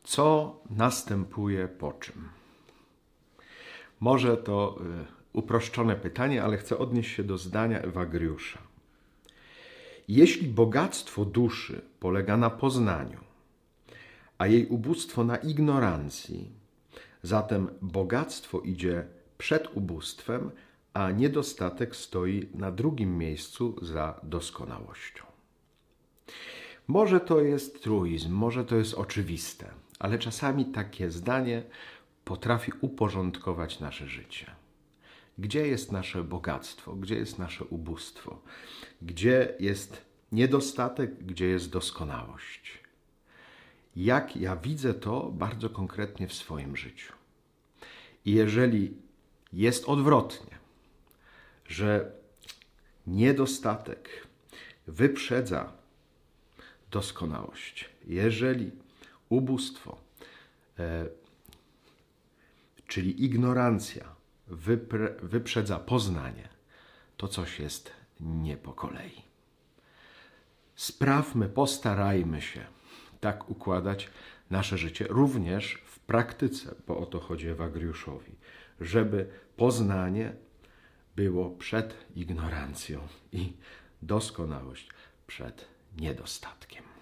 Co następuje po czym? Może to uproszczone pytanie, ale chcę odnieść się do zdania Ewagriusza. Jeśli bogactwo duszy polega na poznaniu, a jej ubóstwo na ignorancji, zatem bogactwo idzie przed ubóstwem, a niedostatek stoi na drugim miejscu za doskonałością. Może to jest truizm, może to jest oczywiste, ale czasami takie zdanie potrafi uporządkować nasze życie. Gdzie jest nasze bogactwo? Gdzie jest nasze ubóstwo? Gdzie jest niedostatek? Gdzie jest doskonałość? Jak ja widzę to bardzo konkretnie w swoim życiu. I jeżeli jest odwrotnie, że niedostatek wyprzedza doskonałość, jeżeli ubóstwo, czyli ignorancja wyprzedza poznanie, to coś jest nie po kolei. Postarajmy się tak układać nasze życie, również w praktyce, bo o to chodzi Ewagriuszowi, żeby poznanie było przed ignorancją i doskonałość przed niedostatkiem.